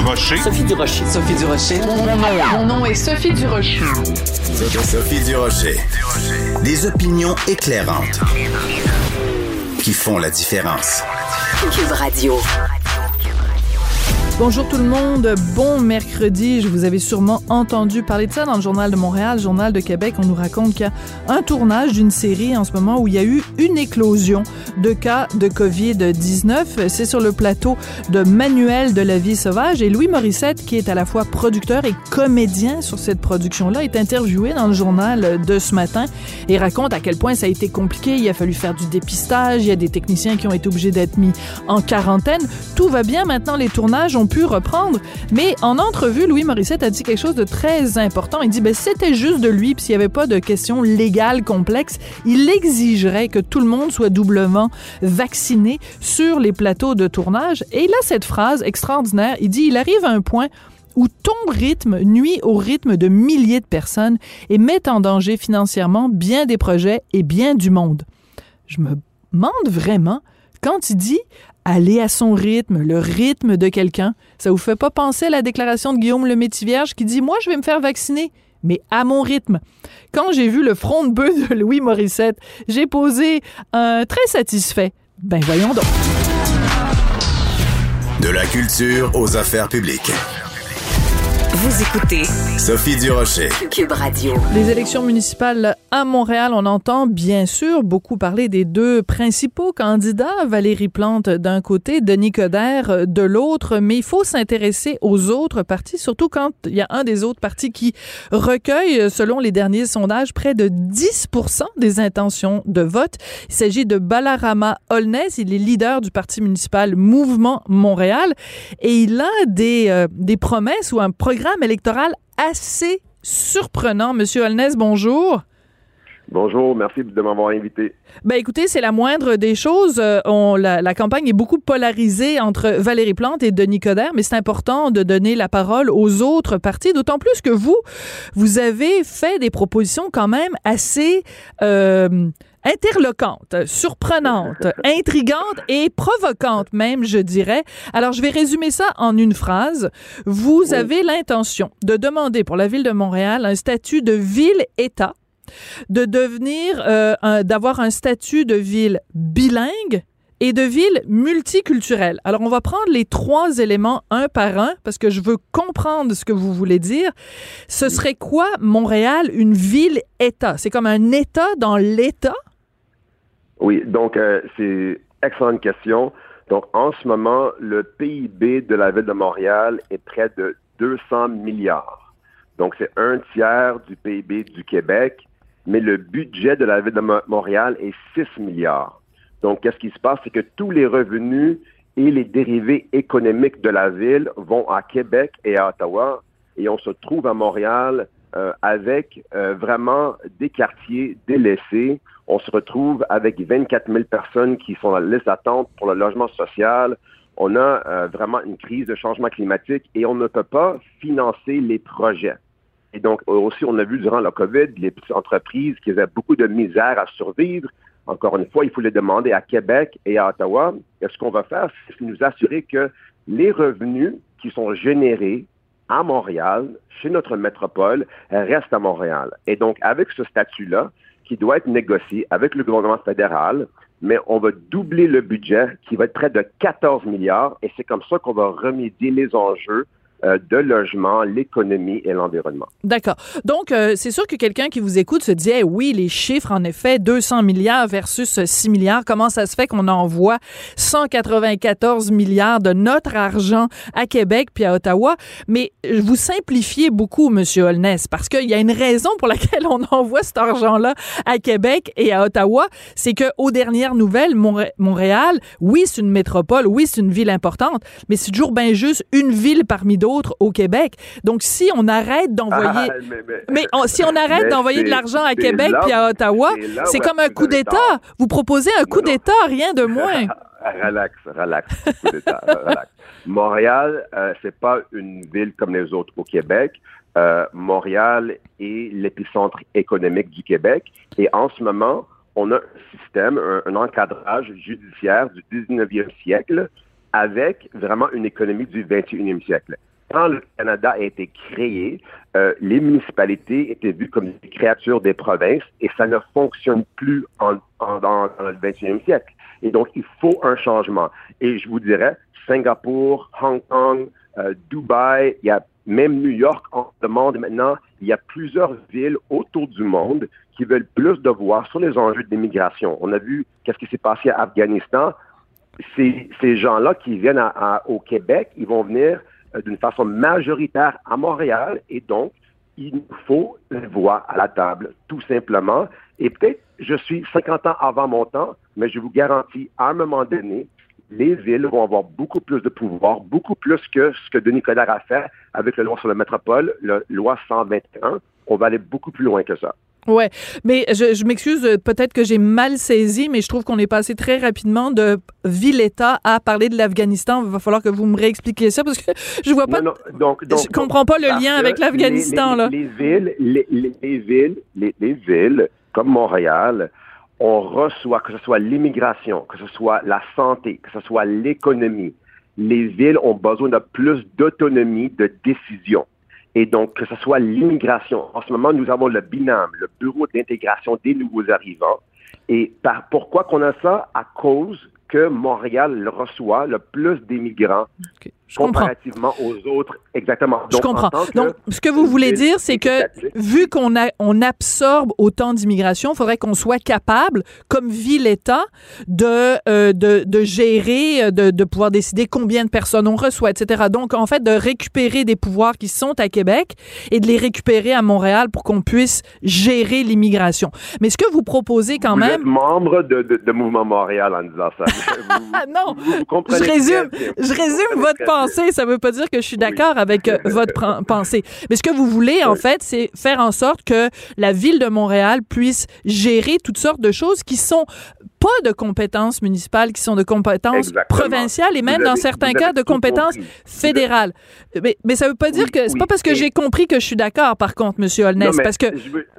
Durocher. Sophie Durocher. Sophie Durocher. Mon nom est Sophie Durocher. Sophie Durocher. Des opinions éclairantes qui font la différence. Cube Radio. Bonjour tout le monde, bon mercredi. Je vous avais sûrement entendu parler de ça dans le Journal de Montréal, le Journal de Québec. On nous raconte qu'il y a un tournage d'une série en ce moment où il y a eu une éclosion de cas de COVID-19. C'est sur le plateau de Manuel de la vie sauvage et Louis Morissette, qui est à la fois producteur et comédien sur cette production-là, est interviewé dans le journal de ce matin et raconte à quel point ça a été compliqué. Il a fallu faire du dépistage, il y a des techniciens qui ont été obligés d'être mis en quarantaine. Tout va bien maintenant, les tournages ont pu reprendre, mais en entrevue, Louis Morissette a dit quelque chose de très important. Il dit, c'était juste de lui, puis s'il n'y avait pas de questions légales complexes, il exigerait que tout le monde soit doublement vacciné sur les plateaux de tournage. Et là, cette phrase extraordinaire, il dit, il arrive à un point où ton rythme nuit au rythme de milliers de personnes et met en danger financièrement bien des projets et bien du monde. Je me demande vraiment, quand il dit aller à son rythme, le rythme de quelqu'un, ça vous fait pas penser à la déclaration de Guillaume Lemaitre-Vierge qui dit « Moi, je vais me faire vacciner, mais à mon rythme ». Quand j'ai vu le front de bœuf de Louis Morissette, j'ai posé un très satisfait. Ben voyons donc. De la culture aux affaires publiques. Vous écoutez Sophie Durocher. Cube Radio. Les élections municipales à Montréal, on entend bien sûr beaucoup parler des deux principaux candidats, Valérie Plante d'un côté, Denis Coderre de l'autre, mais il faut s'intéresser aux autres partis, surtout quand il y a un des autres partis qui recueille, selon les derniers sondages, près de 10% des intentions de vote. Il s'agit de Balarama Holness, il est leader du parti municipal Mouvement Montréal et il a des promesses ou un programme électoral assez surprenant. Monsieur Holness, bonjour. Bonjour, merci de m'avoir invité. Ben écoutez, c'est la moindre des choses. La campagne est beaucoup polarisée entre Valérie Plante et Denis Coderre, mais c'est important de donner la parole aux autres partis, d'autant plus que vous avez fait des propositions quand même assez interloquantes, surprenantes, intrigantes et provocantes même, je dirais. Alors, je vais résumer ça en une phrase. Vous avez l'intention de demander pour la Ville de Montréal un statut de ville-État, de d'avoir un statut de ville bilingue et de ville multiculturelle. Alors, on va prendre les trois éléments un par un parce que je veux comprendre ce que vous voulez dire. Ce serait quoi, Montréal, une ville-État? C'est comme un État dans l'État? Oui, donc c'est excellente question. Donc, en ce moment, le PIB de la Ville de Montréal est près de 200 milliards. Donc, c'est un tiers du PIB du Québec, mais le budget de la Ville de Montréal est 6 milliards. Donc, qu'est-ce qui se passe? C'est que tous les revenus et les dérivés économiques de la ville vont à Québec et à Ottawa, et on se trouve à Montréal avec vraiment des quartiers délaissés. On se retrouve avec 24 000 personnes qui sont dans la liste d'attente pour le logement social. On a vraiment une crise de changement climatique et on ne peut pas financer les projets. Et donc, aussi, on a vu durant la COVID, les petites entreprises qui avaient beaucoup de misère à survivre. Encore une fois, il faut les demander à Québec et à Ottawa. Et ce qu'on va faire, c'est nous assurer que les revenus qui sont générés à Montréal, chez notre métropole, restent à Montréal. Et donc, avec ce statut-là, qui doit être négocié avec le gouvernement fédéral, mais on va doubler le budget qui va être près de 14 milliards et c'est comme ça qu'on va remédier les enjeux de logement, l'économie et l'environnement. D'accord. Donc, c'est sûr que quelqu'un qui vous écoute se dit hey, oui, les chiffres, en effet, 200 milliards versus 6 milliards, comment ça se fait qu'on envoie 194 milliards de notre argent à Québec puis à Ottawa? Mais vous simplifiez beaucoup, Monsieur Holness, parce qu'il y a une raison pour laquelle on envoie cet argent-là à Québec et à Ottawa, c'est que aux dernières nouvelles, Montréal, oui, c'est une métropole, oui, c'est une ville importante, mais c'est toujours bien juste une ville parmi d'autres au Québec. Donc, si on arrête d'envoyer... si on arrête d'envoyer de l'argent à Québec puis à Ottawa, c'est comme un coup d'État. Vous proposez un coup d'État, rien de moins. Relax. Coup d'État, relax. Montréal, c'est pas une ville comme les autres au Québec. Montréal est l'épicentre économique du Québec. Et en ce moment, on a un système, un encadrage judiciaire du 19e siècle avec vraiment une économie du 21e siècle. quand le Canada a été créé, les municipalités étaient vues comme des créatures des provinces et ça ne fonctionne plus dans le 21e siècle. Et donc, il faut un changement. Et je vous dirais, Singapour, Hong Kong, Dubaï, il y a même New York en demande maintenant. Il y a plusieurs villes autour du monde qui veulent plus de voix sur les enjeux d'immigration. On a vu qu'est-ce qui s'est passé à Afghanistan. Ces gens-là qui viennent au Québec, ils vont venir d'une façon majoritaire à Montréal et donc, il nous faut une voix à la table, tout simplement. Et peut-être, je suis 50 ans avant mon temps, mais je vous garantis, à un moment donné, les villes vont avoir beaucoup plus de pouvoir, beaucoup plus que ce que Denis Coderre a fait avec la loi sur la métropole, la loi 121. On va aller beaucoup plus loin que ça. Ouais, mais je m'excuse, peut-être que j'ai mal saisi, mais je trouve qu'on est passé très rapidement de ville-État à parler de l'Afghanistan. Il va falloir que vous me réexpliquiez ça parce que je vois pas. Je comprends pas le lien avec l'Afghanistan là. Les villes comme Montréal, on reçoit, que ce soit l'immigration, que ce soit la santé, que ce soit l'économie. Les villes ont besoin de plus d'autonomie de décision. Et donc, que ce soit l'immigration. En ce moment, nous avons le BINAM, le Bureau d'intégration des nouveaux arrivants. Et pourquoi qu'on a ça? À cause que Montréal reçoit le plus d'immigrants comparativement aux autres. Exactement. Donc, je comprends. Donc, ce que vous voulez dire, c'est que vu qu'on absorbe autant d'immigration, il faudrait qu'on soit capable, comme ville-État, de gérer, de pouvoir décider combien de personnes on reçoit, etc. Donc, en fait, de récupérer des pouvoirs qui sont à Québec et de les récupérer à Montréal pour qu'on puisse gérer l'immigration. Mais ce que vous proposez quand même... Vous êtes membre de Mouvement Montréal en disant ça. Non, je résume votre pensée. Ça veut pas dire que je suis d'accord avec votre pensée. Mais ce que vous voulez, en fait, c'est faire en sorte que la Ville de Montréal puisse gérer toutes sortes de choses qui sont pas de compétences municipales, qui sont de compétences provinciales et même dans certains cas de compétences fédérales. Mais ça veut pas dire que... C'est pas parce que j'ai compris que je suis d'accord, par contre, M. Holness, parce que...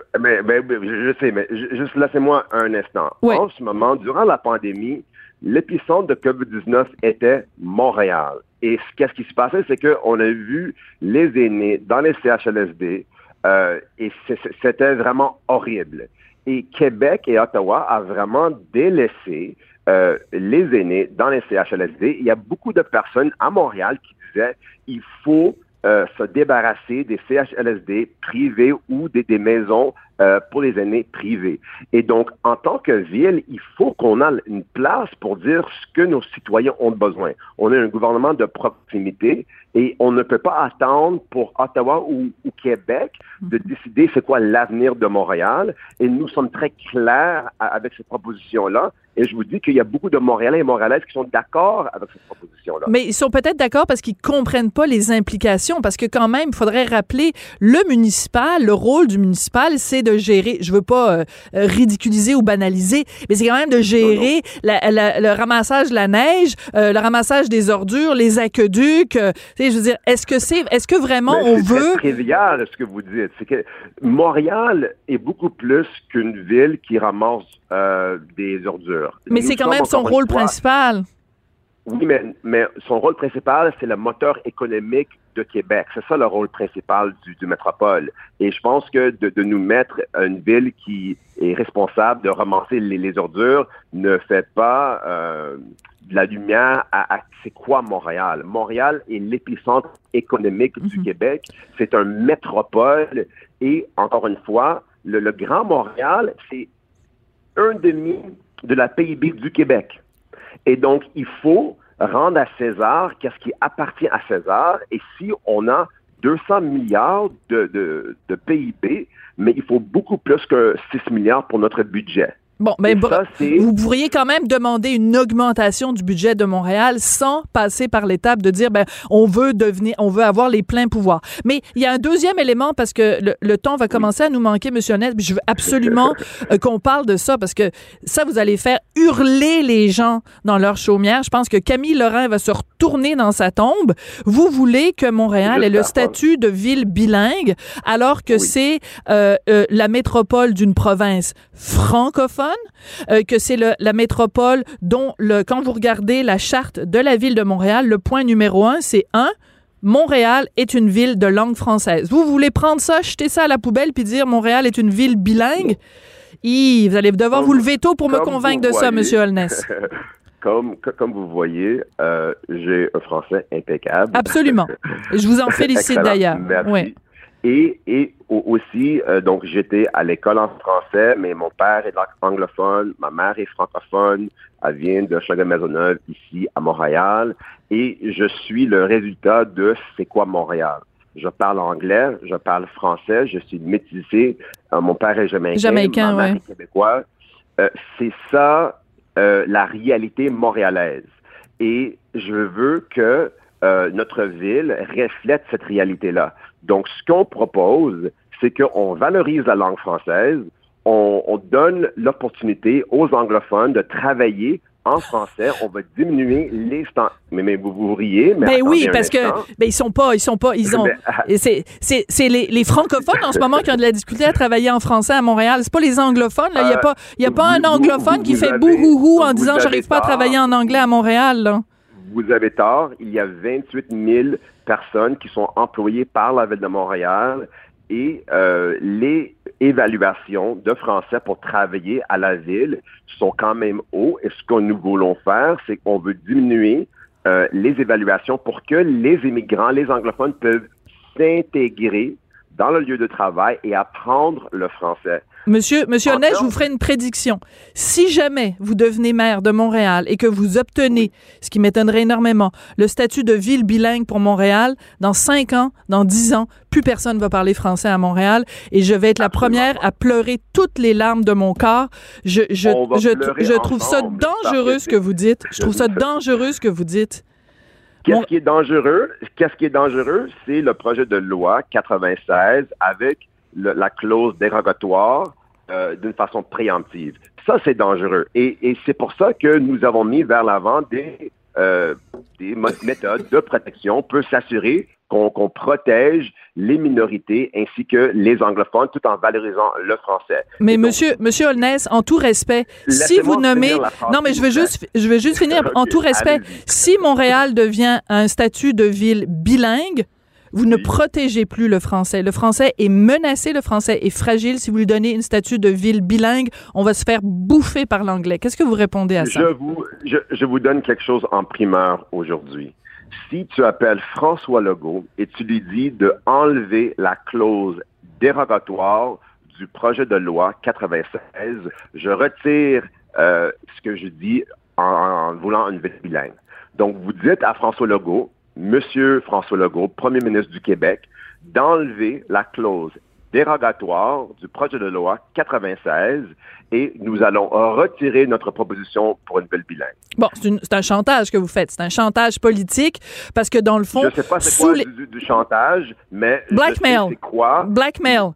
Je sais, mais juste laissez-moi un instant. Oui. En ce moment, durant la pandémie, l'épicentre de COVID-19 était Montréal. Et qu'est-ce qui se passait, c'est qu'on a vu les aînés dans les CHLSD et c'était vraiment horrible. Et Québec et Ottawa a vraiment délaissé les aînés dans les CHLSD. Il y a beaucoup de personnes à Montréal qui disaient il faut se débarrasser des CHLSD privés ou des maisons pour les aînés privés. Et donc, en tant que ville, il faut qu'on ait une place pour dire ce que nos citoyens ont besoin. On est un gouvernement de proximité et on ne peut pas attendre pour Ottawa ou Québec de décider c'est quoi l'avenir de Montréal. Et nous sommes très clairs avec cette proposition-là. Et je vous dis qu'il y a beaucoup de Montréalais et Montréalaises qui sont d'accord avec cette proposition-là. Mais ils sont peut-être d'accord parce qu'ils comprennent pas les implications. Parce que quand même, il faudrait rappeler le municipal, le rôle du municipal, c'est de gérer, je veux pas ridiculiser ou banaliser, mais c'est quand même de gérer le ramassage de la neige, le ramassage des ordures, les aqueducs. Je veux dire, est-ce que vraiment on veut... C'est trivial ce que vous dites. C'est que Montréal est beaucoup plus qu'une ville qui ramasse des ordures. Mais c'est quand même son rôle principal. Oui, mais son rôle principal, c'est le moteur économique de Québec. C'est ça le rôle principal du métropole. Et je pense que de nous mettre une ville qui est responsable de ramasser les ordures ne fait pas de la lumière à c'est quoi Montréal. Montréal est l'épicentre économique du Québec. C'est un métropole. Et encore une fois, le Grand Montréal, c'est 1/2 de la PIB du Québec. Et donc, il faut rendre à César qu'est-ce qui appartient à César. Et si on a 200 milliards de PIB, mais il faut beaucoup plus que 6 milliards pour notre budget. Bon, mais vous pourriez quand même demander une augmentation du budget de Montréal sans passer par l'étape de dire, on veut avoir les pleins pouvoirs. Mais il y a un deuxième élément parce que le temps va commencer à nous manquer, M. Holness. Je veux absolument qu'on parle de ça parce que ça, vous allez faire hurler les gens dans leur chaumière. Je pense que Camille Lorrain va se retourner dans sa tombe. Vous voulez que Montréal ait le statut de ville bilingue alors que c'est la métropole d'une province francophone, que c'est la métropole dont, quand vous regardez la charte de la ville de Montréal, le point numéro 1, c'est Montréal est une ville de langue française. Vous voulez prendre ça, jeter ça à la poubelle puis dire Montréal est une ville bilingue? Vous allez devoir vous lever tôt pour me convaincre de ça, M. Holness. Comme vous voyez, j'ai un français impeccable. Absolument. Je vous en félicite d'ailleurs. Merci. Ouais. Et aussi, donc j'étais à l'école en français, mais mon père est anglophone, ma mère est francophone, elle vient de Chaudière-Maisonneuve, ici à Montréal, et je suis le résultat de c'est quoi Montréal. Je parle anglais, je parle français, je suis métissé, mon père est jamaïcain, ma mère est québécoise. C'est ça la réalité montréalaise. Et je veux que notre ville reflète cette réalité-là. Donc, ce qu'on propose, c'est qu'on valorise la langue française, on donne l'opportunité aux anglophones de travailler en français, on va diminuer les standards. Mais vous riez, mais ben oui, parce que ils ont c'est les francophones en ce moment qui ont de la difficulté à travailler en français à Montréal. C'est pas les anglophones, là. Il y a pas un anglophone qui fait bouhouhou en disant j'arrive pas à travailler en anglais à Montréal, là. Vous avez tort. Il y a 28 000 personnes qui sont employées par la Ville de Montréal et les évaluations de français pour travailler à la Ville sont quand même hauts. Et ce que nous voulons faire, c'est qu'on veut diminuer les évaluations pour que les immigrants, les anglophones peuvent s'intégrer dans le lieu de travail et apprendre le français. Monsieur Holness, je vous ferai une prédiction. Si jamais vous devenez maire de Montréal et que vous obtenez, ce qui m'étonnerait énormément, le statut de ville bilingue pour Montréal, dans 5 ans, dans 10 ans, plus personne ne va parler français à Montréal et je vais être la première à pleurer toutes les larmes de mon corps. Je trouve ça dangereux ce que vous dites. Je trouve ça dangereux ce que vous dites. Qu'est-ce qui est dangereux? C'est le projet de loi 96 avec la clause dérogatoire d'une façon préemptive. Ça, c'est dangereux. Et c'est pour ça que nous avons mis vers l'avant des méthodes de protection pour s'assurer qu'on protège les minorités ainsi que les anglophones tout en valorisant le français. Mais donc, monsieur Holness, en tout respect, si vous nommez... Non, mais je veux juste finir. Okay, en tout respect, si Montréal devient un statut de ville bilingue, vous ne protégez plus le français. Le français est menacé, le français est fragile. Si vous lui donnez une statut de ville bilingue, on va se faire bouffer par l'anglais. Qu'est-ce que vous répondez à ça? Je vous donne quelque chose en primeur aujourd'hui. Si tu appelles François Legault et tu lui dis de enlever la clause dérogatoire du projet de loi 96, je retire ce que je dis en voulant une ville bilingue. Donc, vous dites à François Legault, Monsieur François Legault, Premier ministre du Québec, d'enlever la clause dérogatoire du projet de loi 96 et nous allons retirer notre proposition pour une ville bilingue. Bon, c'est un chantage que vous faites. C'est un chantage politique parce que dans le fond... Je ne sais pas c'est quoi du chantage, mais... Blackmail. Je sais c'est quoi. Blackmail.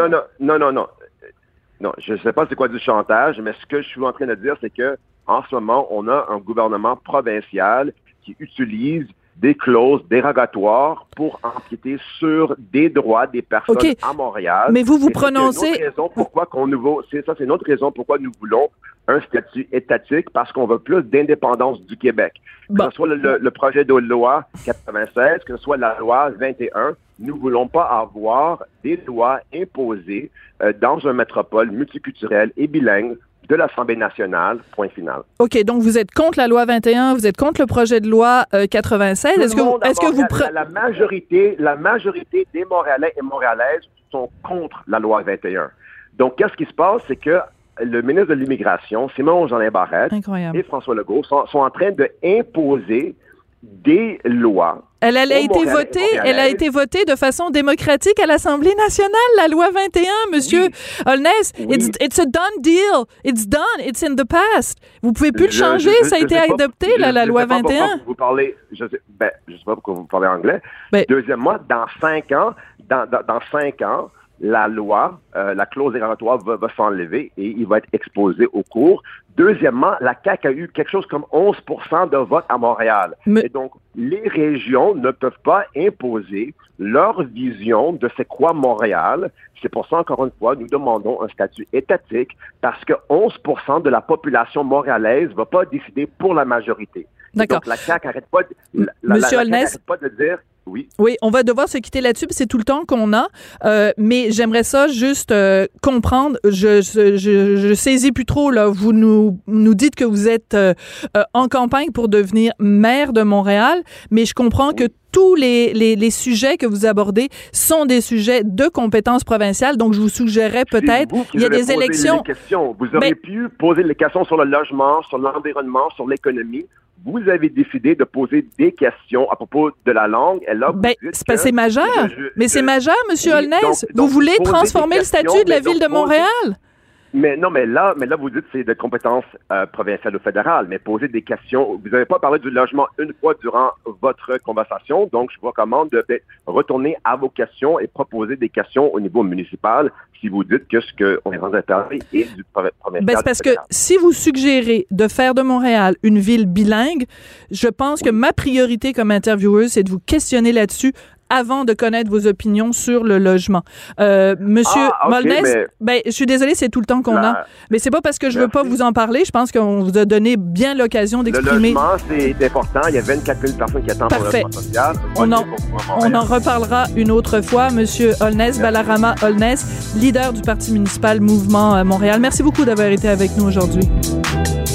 Non, je ne sais pas c'est quoi du chantage, mais ce que je suis en train de dire, c'est que en ce moment, on a un gouvernement provincial qui utilise des clauses dérogatoires pour empiéter sur des droits des personnes à Montréal. Mais vous prononcez... C'est une autre raison pourquoi nous voulons un statut étatique, parce qu'on veut plus d'indépendance du Québec. Que ce soit le projet de loi 96, que ce soit la loi 21, nous ne voulons pas avoir des lois imposées dans une métropole multiculturelle et bilingue de l'Assemblée nationale, point final. OK, donc vous êtes contre la loi 21, vous êtes contre le projet de loi 96. Est-ce que vous... La majorité des Montréalais et Montréalaises sont contre la loi 21. Donc, qu'est-ce qui se passe? C'est que le ministre de l'Immigration, Simon-Jeanin Barrette, et François Legault sont en train d'imposer des lois. Elle a été votée de façon démocratique à l'Assemblée nationale, la loi 21, Monsieur Holness. Oui. It's a done deal. It's done. It's in the past. Vous pouvez plus le changer. Ça a été adopté, la loi 21. Je sais pas pourquoi vous parlez anglais. Deuxièmement, dans 5 ans, la loi, la clause dérogatoire va s'enlever et il va être exposé au cours. Deuxièmement, la CAQ a eu quelque chose comme 11% de vote à Montréal. Et donc, les régions ne peuvent pas imposer leur vision de c'est quoi Montréal. C'est pour ça, encore une fois, nous demandons un statut étatique parce que 11% de la population montréalaise ne va pas décider pour la majorité. D'accord. Donc, la CAQ n'arrête pas de dire Oui. Oui, on va devoir se quitter là-dessus, c'est tout le temps qu'on a. Mais j'aimerais ça juste comprendre. Je saisis plus trop, là. Vous nous dites que vous êtes en campagne pour devenir maire de Montréal, mais je comprends que tous les sujets que vous abordez sont des sujets de compétences provinciales. Donc, je vous suggérerais peut-être, il y a des élections. Vous auriez pu poser les questions sur le logement, sur l'environnement, sur l'économie. Vous avez décidé de poser des questions à propos de la langue. Et là, c'est majeur. Mais c'est majeur, M. Holness. Vous voulez transformer le statut de la Ville de Montréal? Mais là, vous dites que c'est de compétences provinciales ou fédérales, mais poser des questions. Vous n'avez pas parlé du logement une fois durant votre conversation, donc je vous recommande de retourner à vos questions et proposer des questions au niveau municipal si vous dites que ce qu'on est en train de parler est du provincial. C'est parce que si vous suggérez de faire de Montréal une ville bilingue, je pense que ma priorité comme intervieweuse, c'est de vous questionner là-dessus avant de connaître vos opinions sur le logement. Monsieur Molness, je suis désolée, c'est tout le temps qu'on a. Mais c'est pas parce que je veux pas vous en parler. Je pense qu'on vous a donné bien l'occasion d'exprimer. Le logement, c'est important. Il y a 24 000 personnes qui attendent pour le logement social. On en reparlera une autre fois. Monsieur Holness, Balarama Holness, leader du Parti municipal Mouvement Montréal. Merci beaucoup d'avoir été avec nous aujourd'hui.